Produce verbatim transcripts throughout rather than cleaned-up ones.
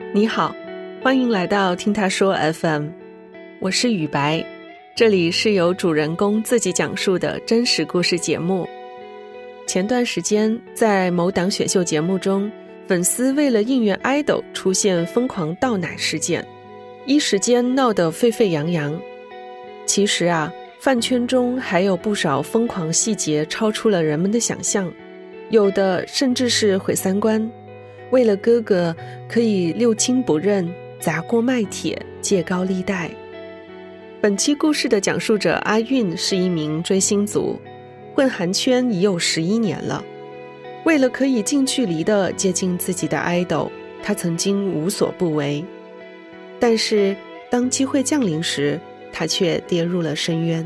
你好，欢迎来到听他说 F M， 我是雨白，这里是由主人公自己讲述的真实故事节目。前段时间在某档选秀节目中，粉丝为了应援 idol 出现疯狂倒奶事件，一时间闹得沸沸扬扬。其实啊，饭圈中还有不少疯狂细节超出了人们的想象，有的甚至是毁三观，为了哥哥可以六亲不认，砸锅卖铁，借高利贷。本期故事的讲述者阿韵是一名追星族，混韩圈已有十一年了。为了可以近距离地接近自己的 idol， 他曾经无所不为。但是当机会降临时，他却跌入了深渊。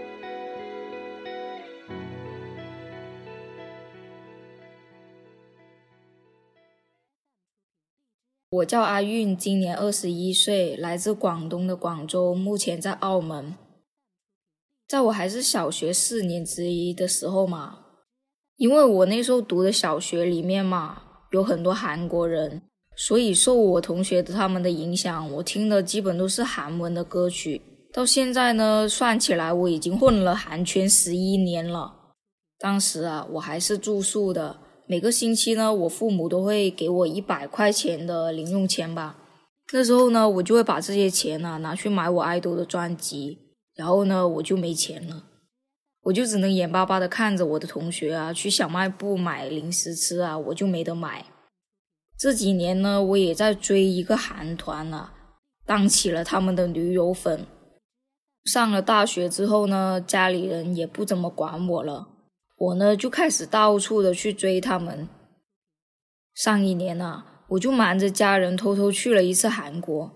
我叫阿韵，今年二十一岁，来自广东的广州，目前在澳门。在我还是小学四年之一的时候嘛，因为我那时候读的小学里面嘛，有很多韩国人，所以受我同学的他们的影响，我听的基本都是韩文的歌曲。到现在呢，算起来我已经混了韩圈十一年了。当时啊，我还是住宿的。每个星期呢，我父母都会给我一百块钱的零用钱吧。那时候呢，我就会把这些钱呢、啊、拿去买我爱豆的专辑，然后呢，我就没钱了，我就只能眼巴巴的看着我的同学啊去小卖部买零食吃啊，我就没得买。这几年呢，我也在追一个韩团啊，当起了他们的女友粉。上了大学之后呢，家里人也不怎么管我了。我呢就开始到处的去追他们。上一年啊，我就瞒着家人偷偷去了一次韩国。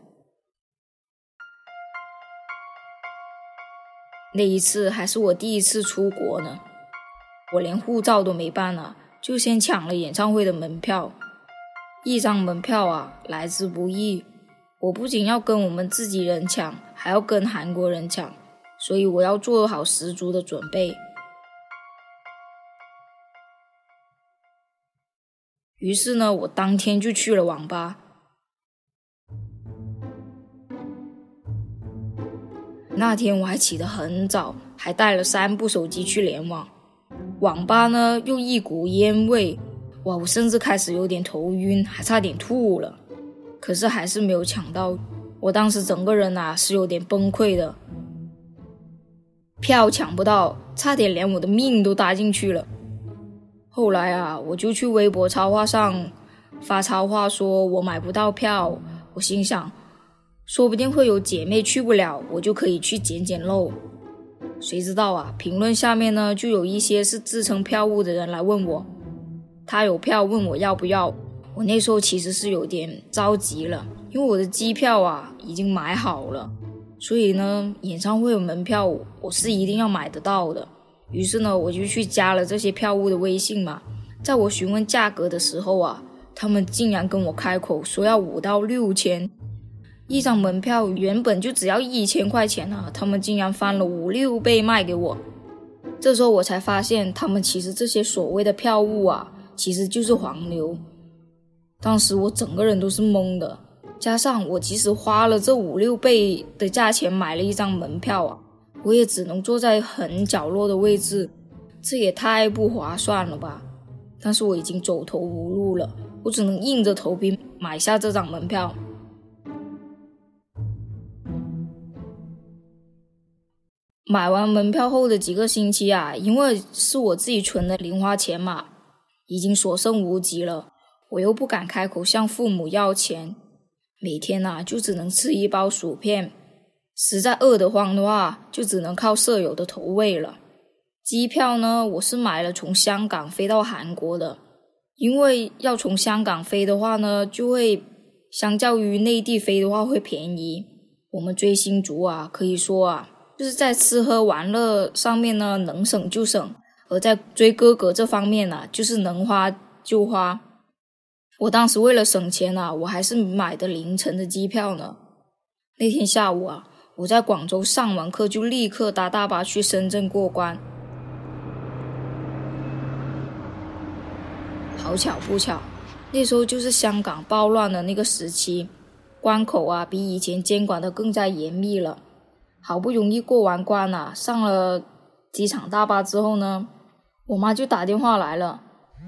那一次还是我第一次出国呢，我连护照都没办啊，就先抢了演唱会的门票。一张门票啊，来之不易，我不仅要跟我们自己人抢，还要跟韩国人抢，所以我要做好十足的准备。于是呢，我当天就去了网吧。那天我还起得很早，还带了三部手机去联网。网吧呢又一股烟味，哇，我甚至开始有点头晕，还差点吐了。可是还是没有抢到，我当时整个人啊是有点崩溃的。票抢不到，差点连我的命都搭进去了。后来啊，我就去微博超话上发超话说我买不到票，我心想说不定会有姐妹去不了，我就可以去捡捡漏。谁知道啊，评论下面呢就有一些是自称票务的人来问我，他有票问我要不要。我那时候其实是有点着急了，因为我的机票啊已经买好了，所以呢演唱会的门票我是一定要买得到的。于是呢，我就去加了这些票务的微信嘛。在我询问价格的时候啊，他们竟然跟我开口说要五到六千，一张门票原本就只要一千块钱啊，他们竟然翻了五六倍卖给我。这时候我才发现，他们其实这些所谓的票务啊，其实就是黄牛。当时我整个人都是懵的，加上我即使花了这五六倍的价钱买了一张门票啊，我也只能坐在很角落的位置，这也太不划算了吧。但是我已经走投无路了，我只能硬着头皮买下这张门票。买完门票后的几个星期啊，因为是我自己存的零花钱嘛，已经所剩无几了，我又不敢开口向父母要钱，每天啊就只能吃一包薯片，实在饿得慌的话，就只能靠舍友的投喂了。机票呢，我是买了从香港飞到韩国的，因为要从香港飞的话呢，就会相较于内地飞的话会便宜。我们追星族啊，可以说啊，就是在吃喝玩乐上面呢，能省就省，而在追哥哥这方面啊，就是能花就花。我当时为了省钱啊，我还是买的凌晨的机票呢。那天下午啊，我在广州上完课就立刻搭大巴去深圳过关。好巧不巧， 那时候就是香港暴乱的那个时期，关口啊比以前监管的更加严密了。好不容易过完关啊，上了机场大巴之后呢，我妈就打电话来了，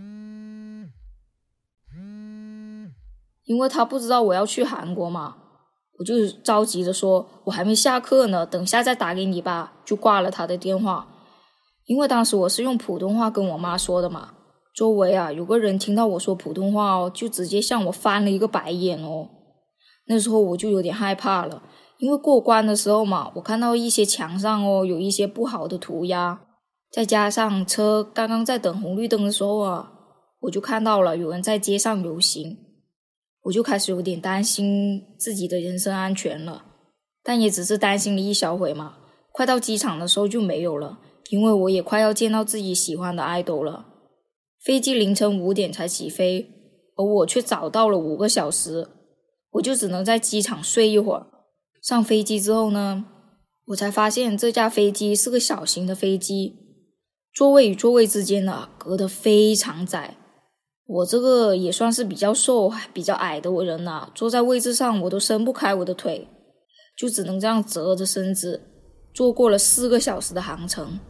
因为她不知道我要去韩国嘛，我就着急着说我还没下课呢，等下再打给你吧，就挂了她的电话。因为当时我是用普通话跟我妈说的嘛，周围啊有个人听到我说普通话哦，就直接向我翻了一个白眼哦。那时候我就有点害怕了，因为过关的时候嘛，我看到一些墙上哦有一些不好的涂鸦，再加上车刚刚在等红绿灯的时候啊，我就看到了有人在街上游行，我就开始有点担心自己的人身安全了。但也只是担心了一小会嘛，快到机场的时候就没有了，因为我也快要见到自己喜欢的 idol 了。飞机凌晨五点才起飞，而我却早到了五个小时，我就只能在机场睡一会儿。上飞机之后呢，我才发现这架飞机是个小型的飞机，座位与座位之间呢隔得非常窄。我这个也算是比较瘦比较矮的我人啊，坐在位置上我都伸不开我的腿，就只能这样折着身子坐过了四个小时的航程。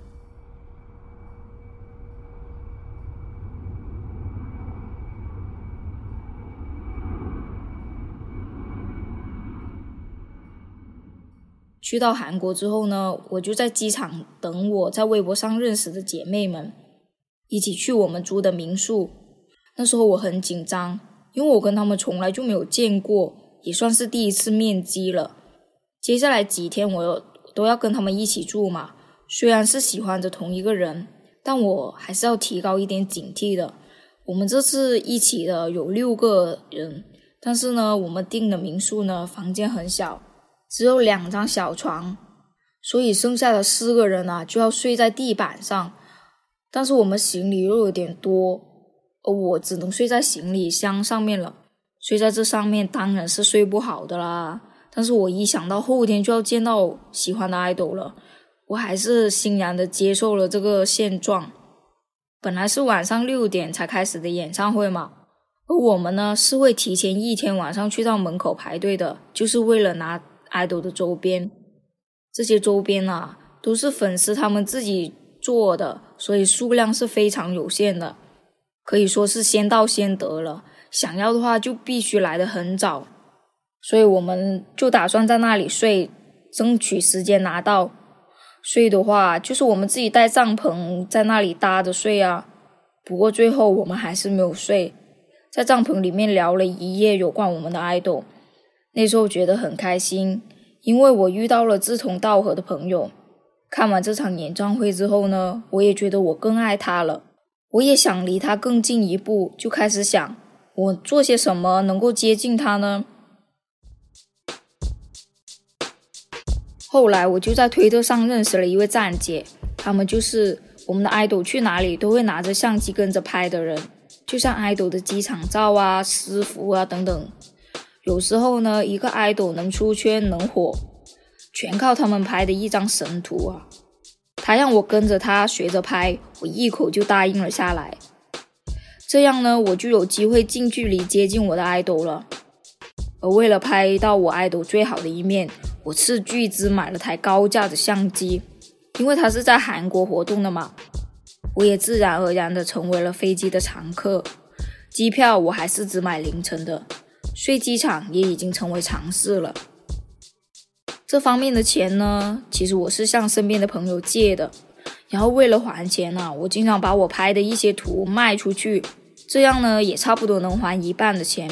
去到韩国之后呢，我就在机场等我在微博上认识的姐妹们一起去我们租的民宿。那时候我很紧张，因为我跟他们从来就没有见过，也算是第一次面基了。接下来几天我都要跟他们一起住嘛，虽然是喜欢着同一个人，但我还是要提高一点警惕的。我们这次一起的有六个人，但是呢我们订的民宿呢房间很小，只有两张小床，所以剩下的四个人啊就要睡在地板上。但是我们行李又有点多，而我只能睡在行李箱上面了，睡在这上面当然是睡不好的啦。但是我一想到后天就要见到喜欢的 idol 了，我还是欣然的接受了这个现状。本来是晚上六点才开始的演唱会嘛，而我们呢是会提前一天晚上去到门口排队的，就是为了拿 idol 的周边。这些周边啊都是粉丝他们自己做的，所以数量是非常有限的，可以说是先到先得了，想要的话就必须来得很早。所以我们就打算在那里睡，争取时间拿到。睡的话就是我们自己带帐篷在那里搭着睡啊。不过最后我们还是没有睡，在帐篷里面聊了一夜有关我们的 idol。 那时候觉得很开心，因为我遇到了志同道合的朋友。看完这场演唱会之后呢，我也觉得我更爱他了，我也想离他更近一步，就开始想我做些什么能够接近他呢。后来我就在推特上认识了一位站姐，他们就是我们的 idol 去哪里都会拿着相机跟着拍的人，就像 idol 的机场照啊、私服啊等等。有时候呢，一个 idol 能出圈能火，全靠他们拍的一张神图啊。他让我跟着他学着拍，我一口就答应了下来。这样呢，我就有机会近距离接近我的 idol 了。而为了拍到我 idol 最好的一面，我斥巨资买了台高价的相机，因为他是在韩国活动的嘛，我也自然而然的成为了飞机的常客。机票我还是只买凌晨的，睡机场也已经成为常事了。这方面的钱呢，其实我是向身边的朋友借的，然后为了还钱啊，我经常把我拍的一些图卖出去，这样呢也差不多能还一半的钱。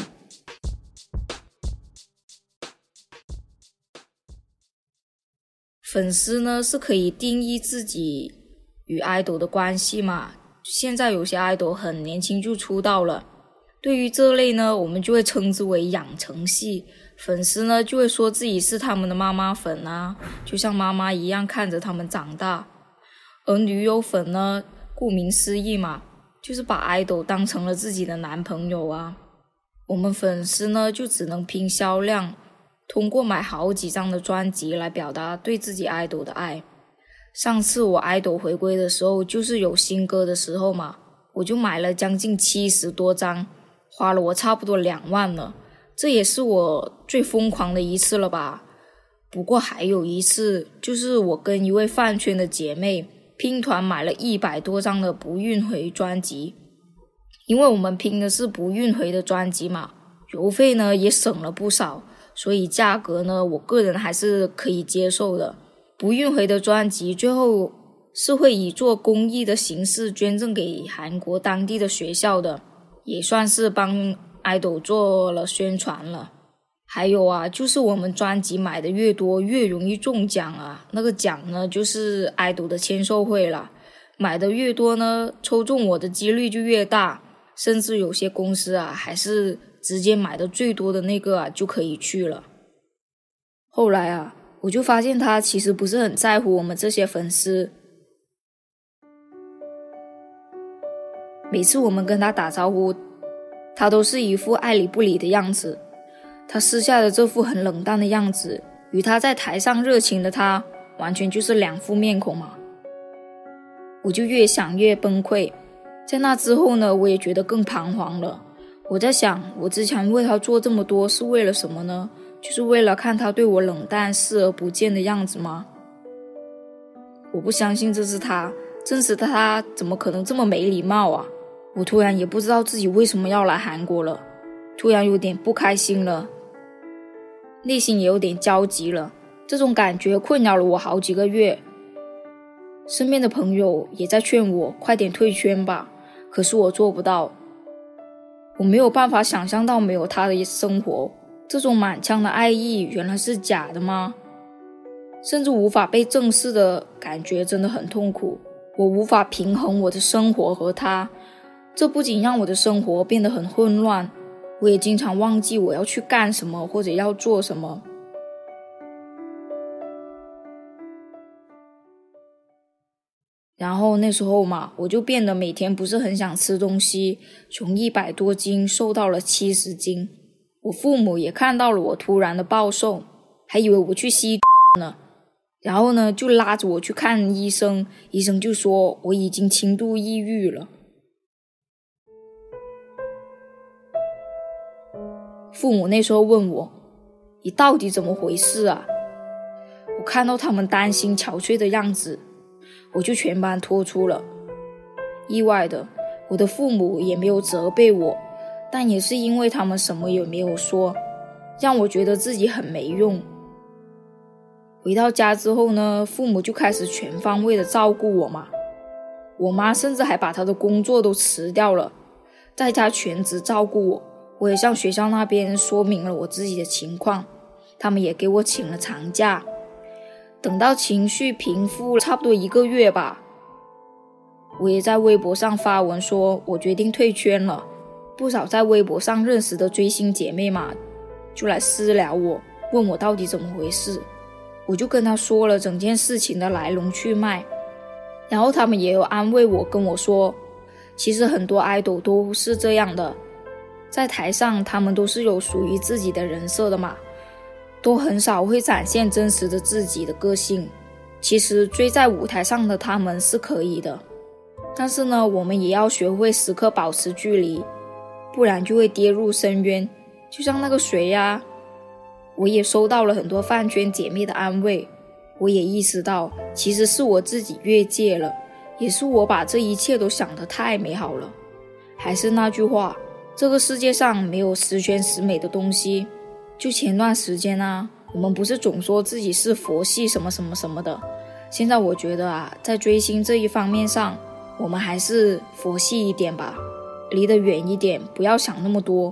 粉丝呢是可以定义自己与 idol 的关系嘛，现在有些 idol 很年轻就出道了，对于这类呢我们就会称之为养成系。粉丝呢就会说自己是他们的妈妈粉啊，就像妈妈一样看着他们长大。而女友粉呢，顾名思义嘛，就是把 idol 当成了自己的男朋友啊。我们粉丝呢就只能拼销量，通过买好几张的专辑来表达对自己 idol 的爱。上次我 idol 回归的时候，就是有新歌的时候嘛，我就买了将近七十多张， 花了我差不多两万了，这也是我最疯狂的一次了吧。不过还有一次，就是我跟一位饭圈的姐妹拼团买了一百多张的不运回专辑，因为我们拼的是不运回的专辑嘛，邮费呢也省了不少，所以价格呢我个人还是可以接受的。不运回的专辑最后是会以做公益的形式捐赠给韩国当地的学校的，也算是帮idol做了宣传了。还有啊，就是我们专辑买的越多越容易中奖啊，那个奖呢就是idol的签售会啦，买的越多呢，抽中我的几率就越大，甚至有些公司啊还是直接买的最多的那个啊就可以去了。后来啊，我就发现他其实不是很在乎我们这些粉丝，每次我们跟他打招呼，他都是一副爱理不理的样子。他私下的这副很冷淡的样子，与他在台上热情的他，完全就是两副面孔嘛。我就越想越崩溃。在那之后呢，我也觉得更彷徨了。我在想，我之前为他做这么多是为了什么呢？就是为了看他对我冷淡视而不见的样子吗？我不相信这是他，真实的他怎么可能这么没礼貌啊？我突然也不知道自己为什么要来韩国了，突然有点不开心了，内心也有点焦急了。这种感觉困扰了我好几个月，身边的朋友也在劝我快点退圈吧，可是我做不到。我没有办法想象到没有他的生活，这种满腔的爱意原来是假的吗？甚至无法被正视的感觉真的很痛苦。我无法平衡我的生活和他，这不仅让我的生活变得很混乱，我也经常忘记我要去干什么或者要做什么。然后那时候嘛，我就变得每天不是很想吃东西，从一百多斤瘦到了七十斤。我父母也看到了我突然的暴瘦，还以为我去吸呢，然后呢就拉着我去看医生，医生就说我已经轻度抑郁了。父母那时候问我，你到底怎么回事啊？我看到他们担心憔悴的样子，我就全班托出了。意外的，我的父母也没有责备我，但也是因为他们什么也没有说，让我觉得自己很没用。回到家之后呢，父母就开始全方位的照顾我嘛。我妈甚至还把她的工作都辞掉了，在家全职照顾我。我也向学校那边说明了我自己的情况，他们也给我请了长假。等到情绪平复差不多一个月吧，我也在微博上发文说我决定退圈了。不少在微博上认识的追星姐妹嘛，就来私聊我，问我到底怎么回事。我就跟她说了整件事情的来龙去脉，然后他们也有安慰我，跟我说其实很多 idol 都是这样的，在台上他们都是有属于自己的人设的嘛，都很少会展现真实的自己的个性。其实追在舞台上的他们是可以的，但是呢，我们也要学会时刻保持距离，不然就会跌入深渊。就像那个谁呀，我也收到了很多饭圈姐妹的安慰，我也意识到其实是我自己越界了，也是我把这一切都想得太美好了。还是那句话，这个世界上没有十全十美的东西。就前段时间啊，我们不是总说自己是佛系什么什么什么的，现在我觉得啊，在追星这一方面上，我们还是佛系一点吧，离得远一点，不要想那么多。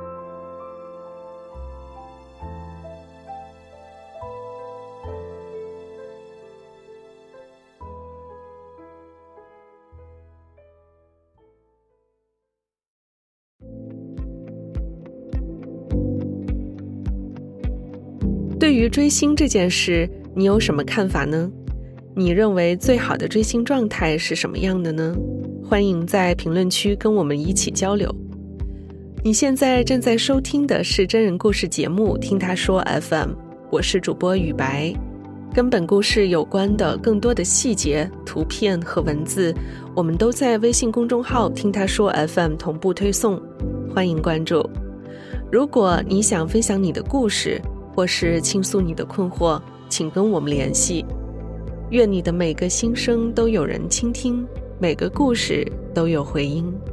对于追星这件事，你有什么看法呢？你认为最好的追星状态是什么样的呢？欢迎在评论区跟我们一起交流。你现在正在收听的是真人故事节目《听他说 F M》， 我是主播雨白。跟本故事有关的更多的细节、图片和文字，我们都在微信公众号《听他说 F M》同步推送， 欢迎关注。如果你想分享你的故事，或是倾诉你的困惑，请跟我们联系。愿你的每个心声都有人倾听，每个故事都有回音。